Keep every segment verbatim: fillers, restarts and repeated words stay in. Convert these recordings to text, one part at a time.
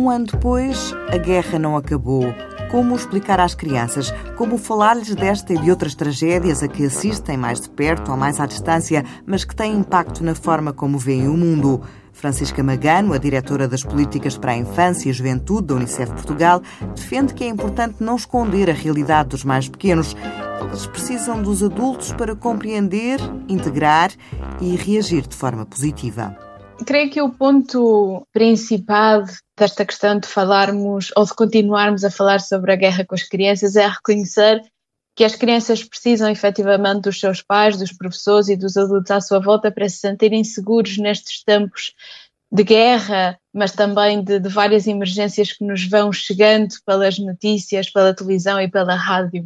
Um ano depois, a guerra não acabou. Como explicar às crianças? Como falar-lhes desta e de outras tragédias a que assistem mais de perto ou mais à distância, mas que têm impacto na forma como veem o mundo? Francisca Magano, a diretora das Políticas para a Infância e a Juventude da Unicef Portugal, defende que é importante não esconder a realidade dos mais pequenos. Eles precisam dos adultos para compreender, integrar e reagir de forma positiva. Creio que o ponto principal desta questão de falarmos ou de continuarmos a falar sobre a guerra com as crianças é reconhecer que as crianças precisam efetivamente dos seus pais, dos professores e dos adultos à sua volta para se sentirem seguros nestes tempos de guerra, mas também de, de várias emergências que nos vão chegando pelas notícias, pela televisão e pela rádio.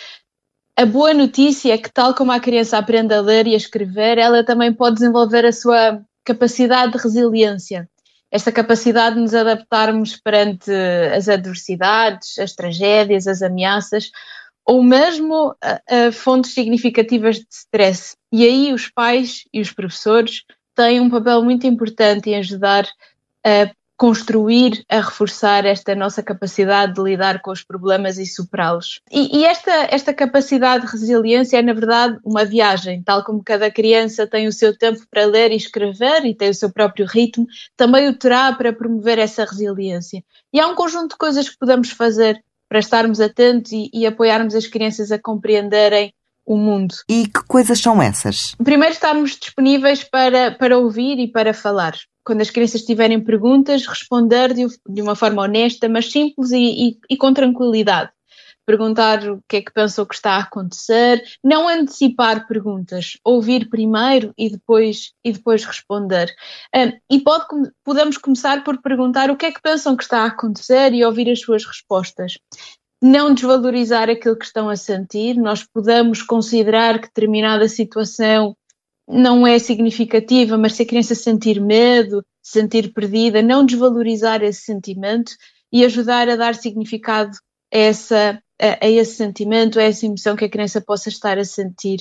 A boa notícia é que, tal como a criança aprende a ler e a escrever, ela também pode desenvolver a sua capacidade de resiliência, esta capacidade de nos adaptarmos perante as adversidades, as tragédias, as ameaças, ou mesmo a, a fontes significativas de stress. E aí os pais e os professores têm um papel muito importante em ajudar a construir, a reforçar esta nossa capacidade de lidar com os problemas e superá-los. E, e esta, esta capacidade de resiliência é, na verdade, uma viagem. Tal como cada criança tem o seu tempo para ler e escrever e tem o seu próprio ritmo, também o terá para promover essa resiliência. E há um conjunto de coisas que podemos fazer para estarmos atentos e, e apoiarmos as crianças a compreenderem o mundo. E que coisas são essas? Primeiro, estarmos disponíveis para, para ouvir e para falar. Quando as crianças tiverem perguntas, responder de, de uma forma honesta, mas simples e, e, e com tranquilidade. Perguntar o que é que pensam que está a acontecer, não antecipar perguntas, ouvir primeiro e depois, e depois responder. Um, e pode, podemos começar por perguntar o que é que pensam que está a acontecer e ouvir as suas respostas. Não desvalorizar aquilo que estão a sentir. Nós podemos considerar que determinada situação não é significativa, mas se a criança sentir medo, sentir perdida, não desvalorizar esse sentimento e ajudar a dar significado a, essa, a, a esse sentimento, a essa emoção que a criança possa estar a sentir.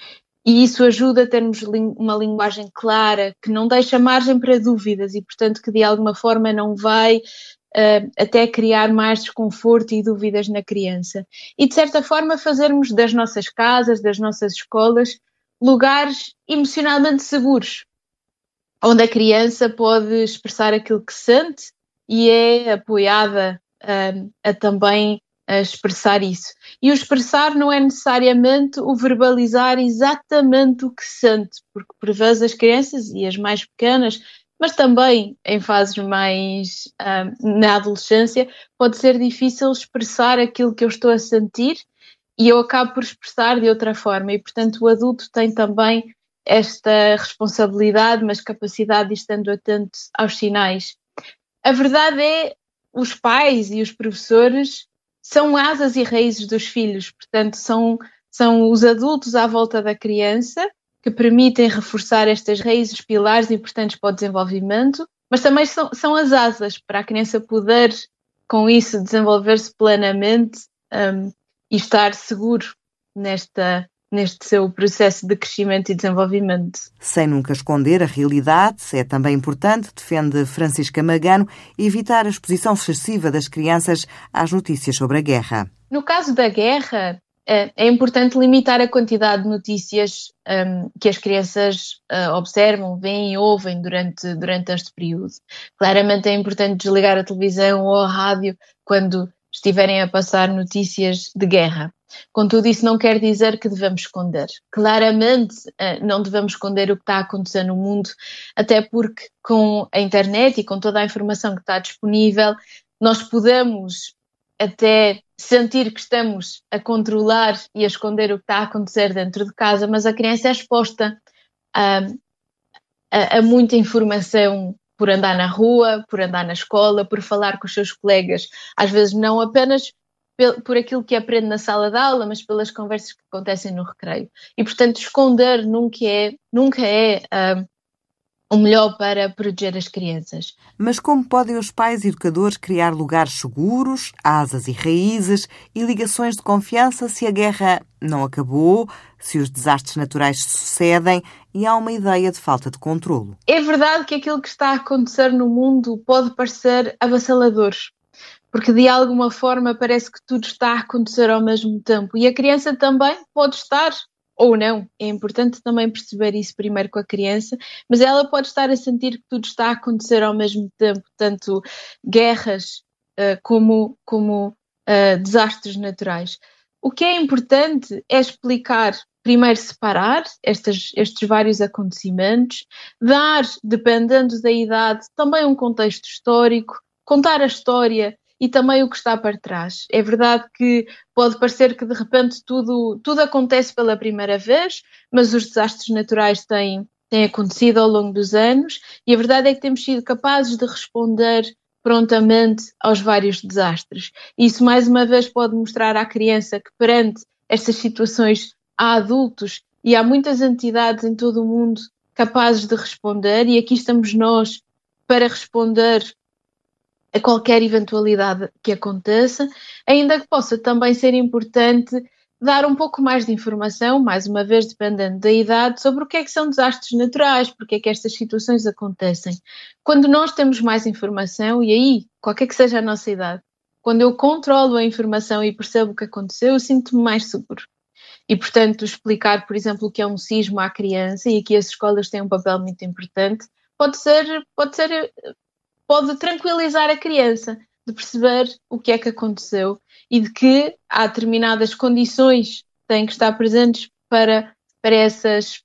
E isso ajuda a termos uma linguagem clara, que não deixa margem para dúvidas e, portanto, que de alguma forma não vai uh, até criar mais desconforto e dúvidas na criança. E, de certa forma, fazermos das nossas casas, das nossas escolas, lugares emocionalmente seguros, onde a criança pode expressar aquilo que sente e é apoiada uh, a também a expressar isso. E o expressar não é necessariamente o verbalizar exatamente o que sente, porque por vezes as crianças e as mais pequenas, mas também em fases mais uh, na adolescência, pode ser difícil expressar aquilo que eu estou a sentir e eu acabo por expressar de outra forma. E, portanto, o adulto tem também esta responsabilidade, mas capacidade de estando atento aos sinais. A verdade é, os pais e os professores são asas e raízes dos filhos, portanto, são, são os adultos à volta da criança que permitem reforçar estas raízes, pilares importantes para o desenvolvimento, mas também são, são as asas para a criança poder, com isso, desenvolver-se plenamente um, e estar seguro nesta neste seu processo de crescimento e desenvolvimento. Sem nunca esconder a realidade, é também importante, defende Francisca Magano, evitar a exposição excessiva das crianças às notícias sobre a guerra. No caso da guerra, é importante limitar a quantidade de notícias um, que as crianças uh, observam, veem e ouvem durante, durante este período. Claramente é importante desligar a televisão ou a rádio quando estiverem a passar notícias de guerra. Contudo, isso não quer dizer que devemos esconder. Claramente, não devemos esconder o que está a acontecer no mundo, até porque com a internet e com toda a informação que está disponível, nós podemos até sentir que estamos a controlar e a esconder o que está a acontecer dentro de casa, mas a criança é exposta a, a, a muita informação por andar na rua, por andar na escola, por falar com os seus colegas, às vezes não apenas por aquilo que aprende na sala de aula, mas pelas conversas que acontecem no recreio. E, portanto, esconder nunca é, nunca é uh, o melhor para proteger as crianças. Mas como podem os pais e educadores criar lugares seguros, asas e raízes e ligações de confiança se a guerra não acabou, se os desastres naturais sucedem e há uma ideia de falta de controlo? É verdade que aquilo que está a acontecer no mundo pode parecer avassalador, porque de alguma forma parece que tudo está a acontecer ao mesmo tempo. E a criança também pode estar, ou não. É importante também perceber isso primeiro com a criança, mas ela pode estar a sentir que tudo está a acontecer ao mesmo tempo, tanto guerras uh, como, como uh, desastres naturais. O que é importante é explicar, primeiro separar estas, estes vários acontecimentos, dar, dependendo da idade, também um contexto histórico, contar a história e também o que está para trás. É verdade que pode parecer que de repente tudo, tudo acontece pela primeira vez, mas os desastres naturais têm, têm acontecido ao longo dos anos e a verdade é que temos sido capazes de responder prontamente aos vários desastres. Isso, mais uma vez, pode mostrar à criança que perante estas situações há adultos e há muitas entidades em todo o mundo capazes de responder e aqui estamos nós para responder a qualquer eventualidade que aconteça, ainda que possa também ser importante dar um pouco mais de informação, mais uma vez dependendo da idade, sobre o que é que são desastres naturais, porque é que estas situações acontecem. Quando nós temos mais informação, e aí, qualquer que seja a nossa idade, quando eu controlo a informação e percebo o que aconteceu, eu sinto-me mais seguro. E, portanto, explicar, por exemplo, o que é um sismo à criança, e aqui as escolas têm um papel muito importante, pode ser, pode ser pode tranquilizar a criança de perceber o que é que aconteceu e de que há determinadas condições que têm que estar presentes para, para essas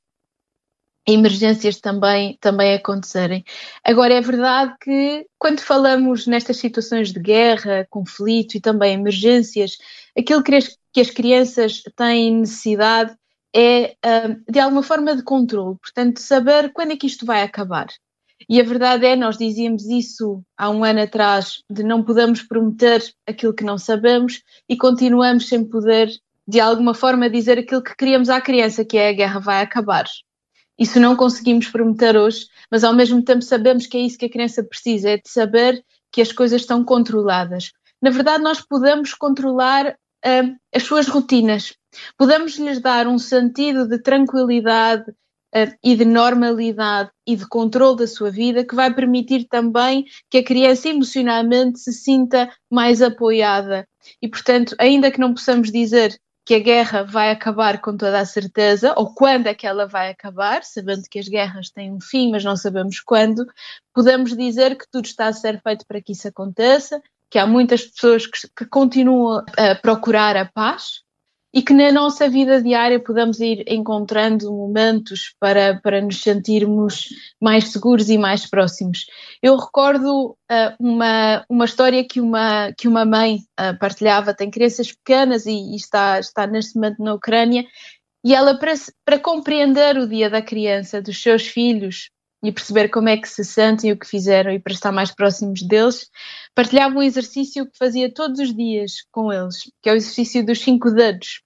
emergências também, também acontecerem. Agora, é verdade que quando falamos nestas situações de guerra, conflito e também emergências, aquilo que as, que as crianças têm necessidade é, de alguma forma, de controle. Portanto, saber quando é que isto vai acabar. E a verdade é, nós dizíamos isso há um ano atrás, de não podemos prometer aquilo que não sabemos e continuamos sem poder, de alguma forma, dizer aquilo que queríamos à criança, que é a guerra vai acabar. Isso não conseguimos prometer hoje, mas ao mesmo tempo sabemos que é isso que a criança precisa, é de saber que as coisas estão controladas. Na verdade, nós podemos controlar uh, as suas rotinas, podemos lhes dar um sentido de tranquilidade, Uh, e de normalidade e de controle da sua vida, que vai permitir também que a criança emocionalmente se sinta mais apoiada. E, portanto, ainda que não possamos dizer que a guerra vai acabar com toda a certeza, ou quando é que ela vai acabar, sabendo que as guerras têm um fim, mas não sabemos quando, podemos dizer que tudo está a ser feito para que isso aconteça, que há muitas pessoas que, que continuam a procurar a paz, e que na nossa vida diária podamos ir encontrando momentos para, para nos sentirmos mais seguros e mais próximos. Eu recordo uh, uma, uma história que uma, que uma mãe uh, partilhava, tem crianças pequenas e, e está, está neste momento na Ucrânia, e ela, para, para compreender o dia da criança, dos seus filhos, e perceber como é que se sentem, o que fizeram e para estar mais próximos deles, partilhava um exercício que fazia todos os dias com eles, que é o exercício dos cinco dedos.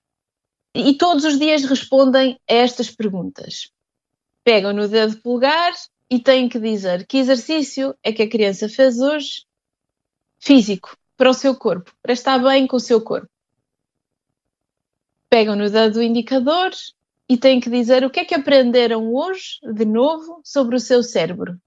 E todos os dias respondem a estas perguntas. Pegam no dedo polegar e têm que dizer que exercício é que a criança fez hoje, físico, para o seu corpo, para estar bem com o seu corpo. Pegam no dedo indicador e têm que dizer o que é que aprenderam hoje, de novo, sobre o seu cérebro.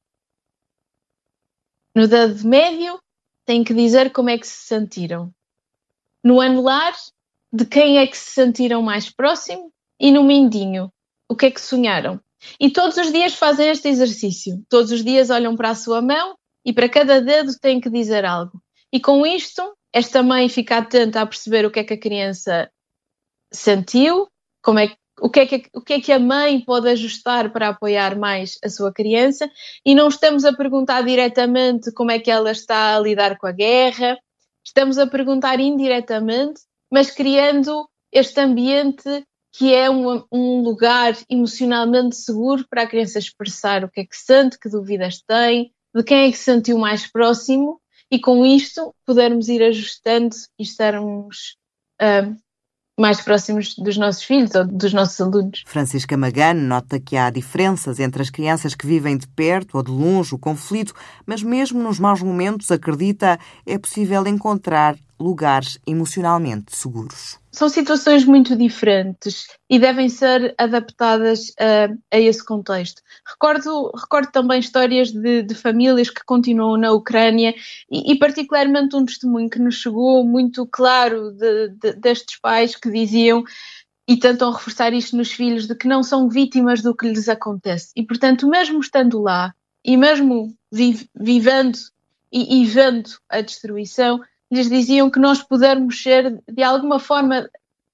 No dedo médio, têm que dizer como é que se sentiram. No anular, de quem é que se sentiram mais próximo, e no mindinho, o que é que sonharam. E todos os dias fazem este exercício. Todos os dias olham para a sua mão e para cada dedo têm que dizer algo. E com isto, esta mãe fica atenta a perceber o que é que a criança sentiu, como é, o, que é que, o que é que a mãe pode ajustar para apoiar mais a sua criança, e não estamos a perguntar diretamente como é que ela está a lidar com a guerra, estamos a perguntar indiretamente, mas criando este ambiente que é um, um lugar emocionalmente seguro para a criança expressar o que é que sente, que dúvidas tem, de quem é que se sentiu mais próximo, e com isto podermos ir ajustando e estarmos uh, mais próximos dos nossos filhos ou dos nossos alunos. Francisca Magano nota que há diferenças entre as crianças que vivem de perto ou de longe o conflito, mas mesmo nos maus momentos, acredita, é possível encontrar lugares emocionalmente seguros. São situações muito diferentes e devem ser adaptadas a, a esse contexto. Recordo, recordo também histórias de, de famílias que continuam na Ucrânia e, e particularmente um testemunho que nos chegou muito claro de, de, destes pais que diziam e tentam reforçar isto nos filhos, de que não são vítimas do que lhes acontece. E, portanto, mesmo estando lá e mesmo vi, vivendo e, e vendo a destruição, lhes diziam que nós pudermos ser, de alguma forma,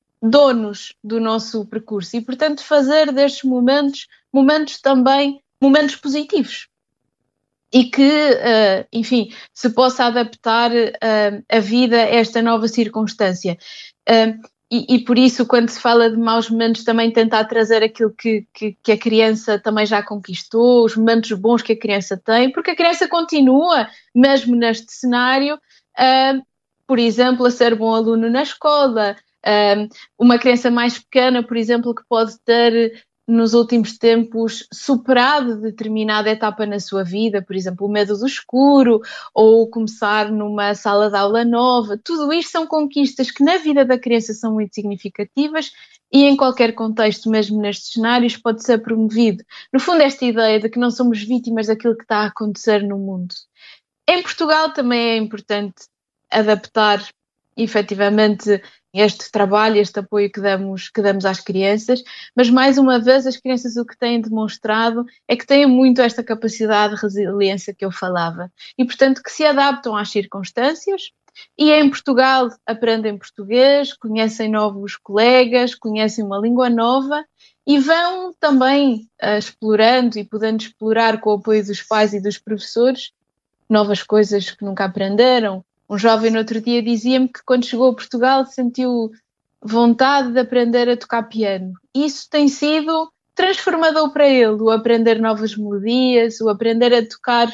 donos do nosso percurso e, portanto, fazer destes momentos, momentos também, momentos positivos. E que, uh, enfim, se possa adaptar uh, a vida a esta nova circunstância. Uh, e, e por isso, quando se fala de maus momentos, também tentar trazer aquilo que, que, que a criança também já conquistou, os momentos bons que a criança tem, porque a criança continua, mesmo neste cenário, uh, por exemplo, a ser bom aluno na escola. Uh, uma criança mais pequena, por exemplo, que pode ter nos últimos tempos superado determinada etapa na sua vida, por exemplo, o medo do escuro, ou começar numa sala de aula nova. Tudo isto são conquistas que na vida da criança são muito significativas e em qualquer contexto, mesmo nestes cenários, pode ser promovido. No fundo, esta ideia de que não somos vítimas daquilo que está a acontecer no mundo. Em Portugal também é importante adaptar efetivamente este trabalho, este apoio que damos, que damos às crianças, mas mais uma vez as crianças o que têm demonstrado é que têm muito esta capacidade de resiliência que eu falava e, portanto, que se adaptam às circunstâncias e em Portugal aprendem português, conhecem novos colegas, conhecem uma língua nova e vão também uh, explorando e podendo explorar com o apoio dos pais e dos professores novas coisas que nunca aprenderam. Um jovem no outro dia dizia-me que quando chegou a Portugal sentiu vontade de aprender a tocar piano. Isso tem sido transformador para ele, o aprender novas melodias, o aprender a tocar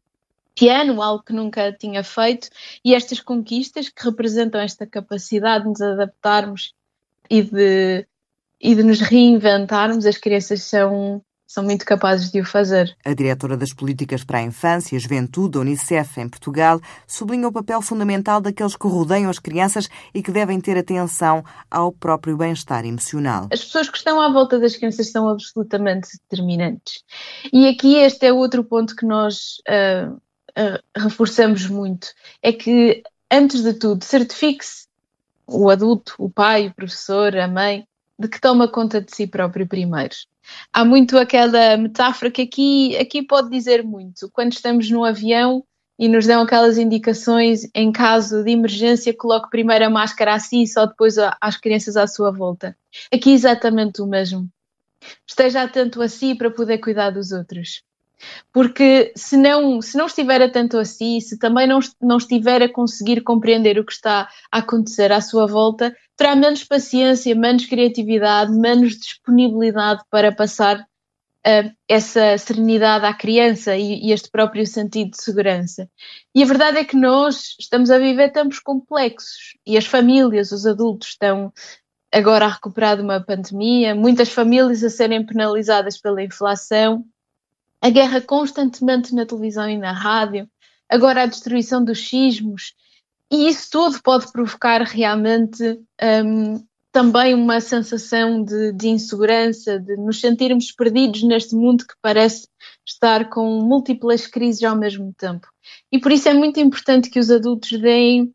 piano, algo que nunca tinha feito, e estas conquistas que representam esta capacidade de nos adaptarmos e de, e de nos reinventarmos, as crianças são... são muito capazes de o fazer. A diretora das Políticas para a Infância e a Juventude da Unicef em Portugal sublinha o papel fundamental daqueles que rodeiam as crianças e que devem ter atenção ao próprio bem-estar emocional. As pessoas que estão à volta das crianças são absolutamente determinantes. E aqui este é outro ponto que nós uh, uh, reforçamos muito. É que, antes de tudo, certifique-se o adulto, o pai, o professor, a mãe, de que toma conta de si próprio primeiro. Há muito aquela metáfora que aqui, aqui pode dizer muito. Quando estamos no avião e nos dão aquelas indicações, em caso de emergência, coloque primeiro a máscara a si e só depois às crianças à sua volta. Aqui é exatamente o mesmo. Esteja atento a si para poder cuidar dos outros. Porque se não, se não estiver atento a si, se também não, não estiver a conseguir compreender o que está a acontecer à sua volta, terá menos paciência, menos criatividade, menos disponibilidade para passar uh, essa serenidade à criança e, e este próprio sentido de segurança. E a verdade é que nós estamos a viver tempos complexos e as famílias, os adultos estão agora a recuperar de uma pandemia, muitas famílias a serem penalizadas pela inflação, a guerra constantemente na televisão e na rádio, agora a destruição dos sismos, e isso tudo pode provocar realmente um, também uma sensação de, de insegurança, de nos sentirmos perdidos neste mundo que parece estar com múltiplas crises ao mesmo tempo. E por isso é muito importante que os adultos deem,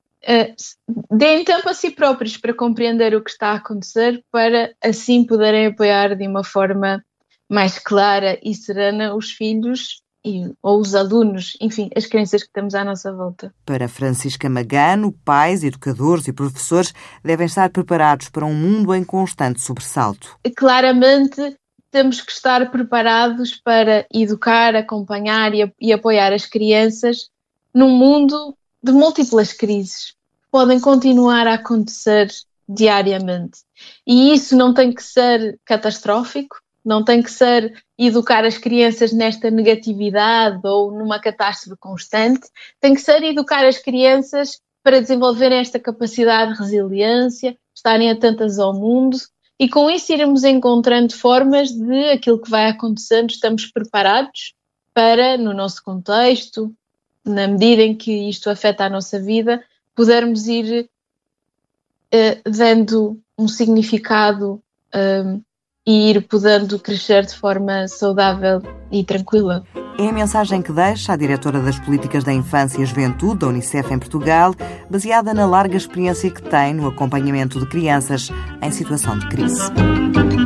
uh, deem tempo a si próprios para compreender o que está a acontecer, para assim poderem apoiar de uma forma mais clara e serena os filhos e, ou os alunos, enfim, as crianças que temos à nossa volta. Para Francisca Magano, pais, educadores e professores devem estar preparados para um mundo em constante sobressalto. Claramente temos que estar preparados para educar, acompanhar e, e apoiar as crianças num mundo de múltiplas crises. Podem continuar a acontecer diariamente. E isso não tem que ser catastrófico. Não tem que ser educar as crianças nesta negatividade ou numa catástrofe constante. Tem que ser educar as crianças para desenvolverem esta capacidade de resiliência, estarem atentas ao mundo e com isso iremos encontrando formas de aquilo que vai acontecendo, estamos preparados para, no nosso contexto, na medida em que isto afeta a nossa vida, podermos ir uh, dando um significado um, e ir podendo crescer de forma saudável e tranquila. É a mensagem que deixa a diretora das Políticas da Infância e Juventude da Unicef em Portugal, baseada na larga experiência que tem no acompanhamento de crianças em situação de crise.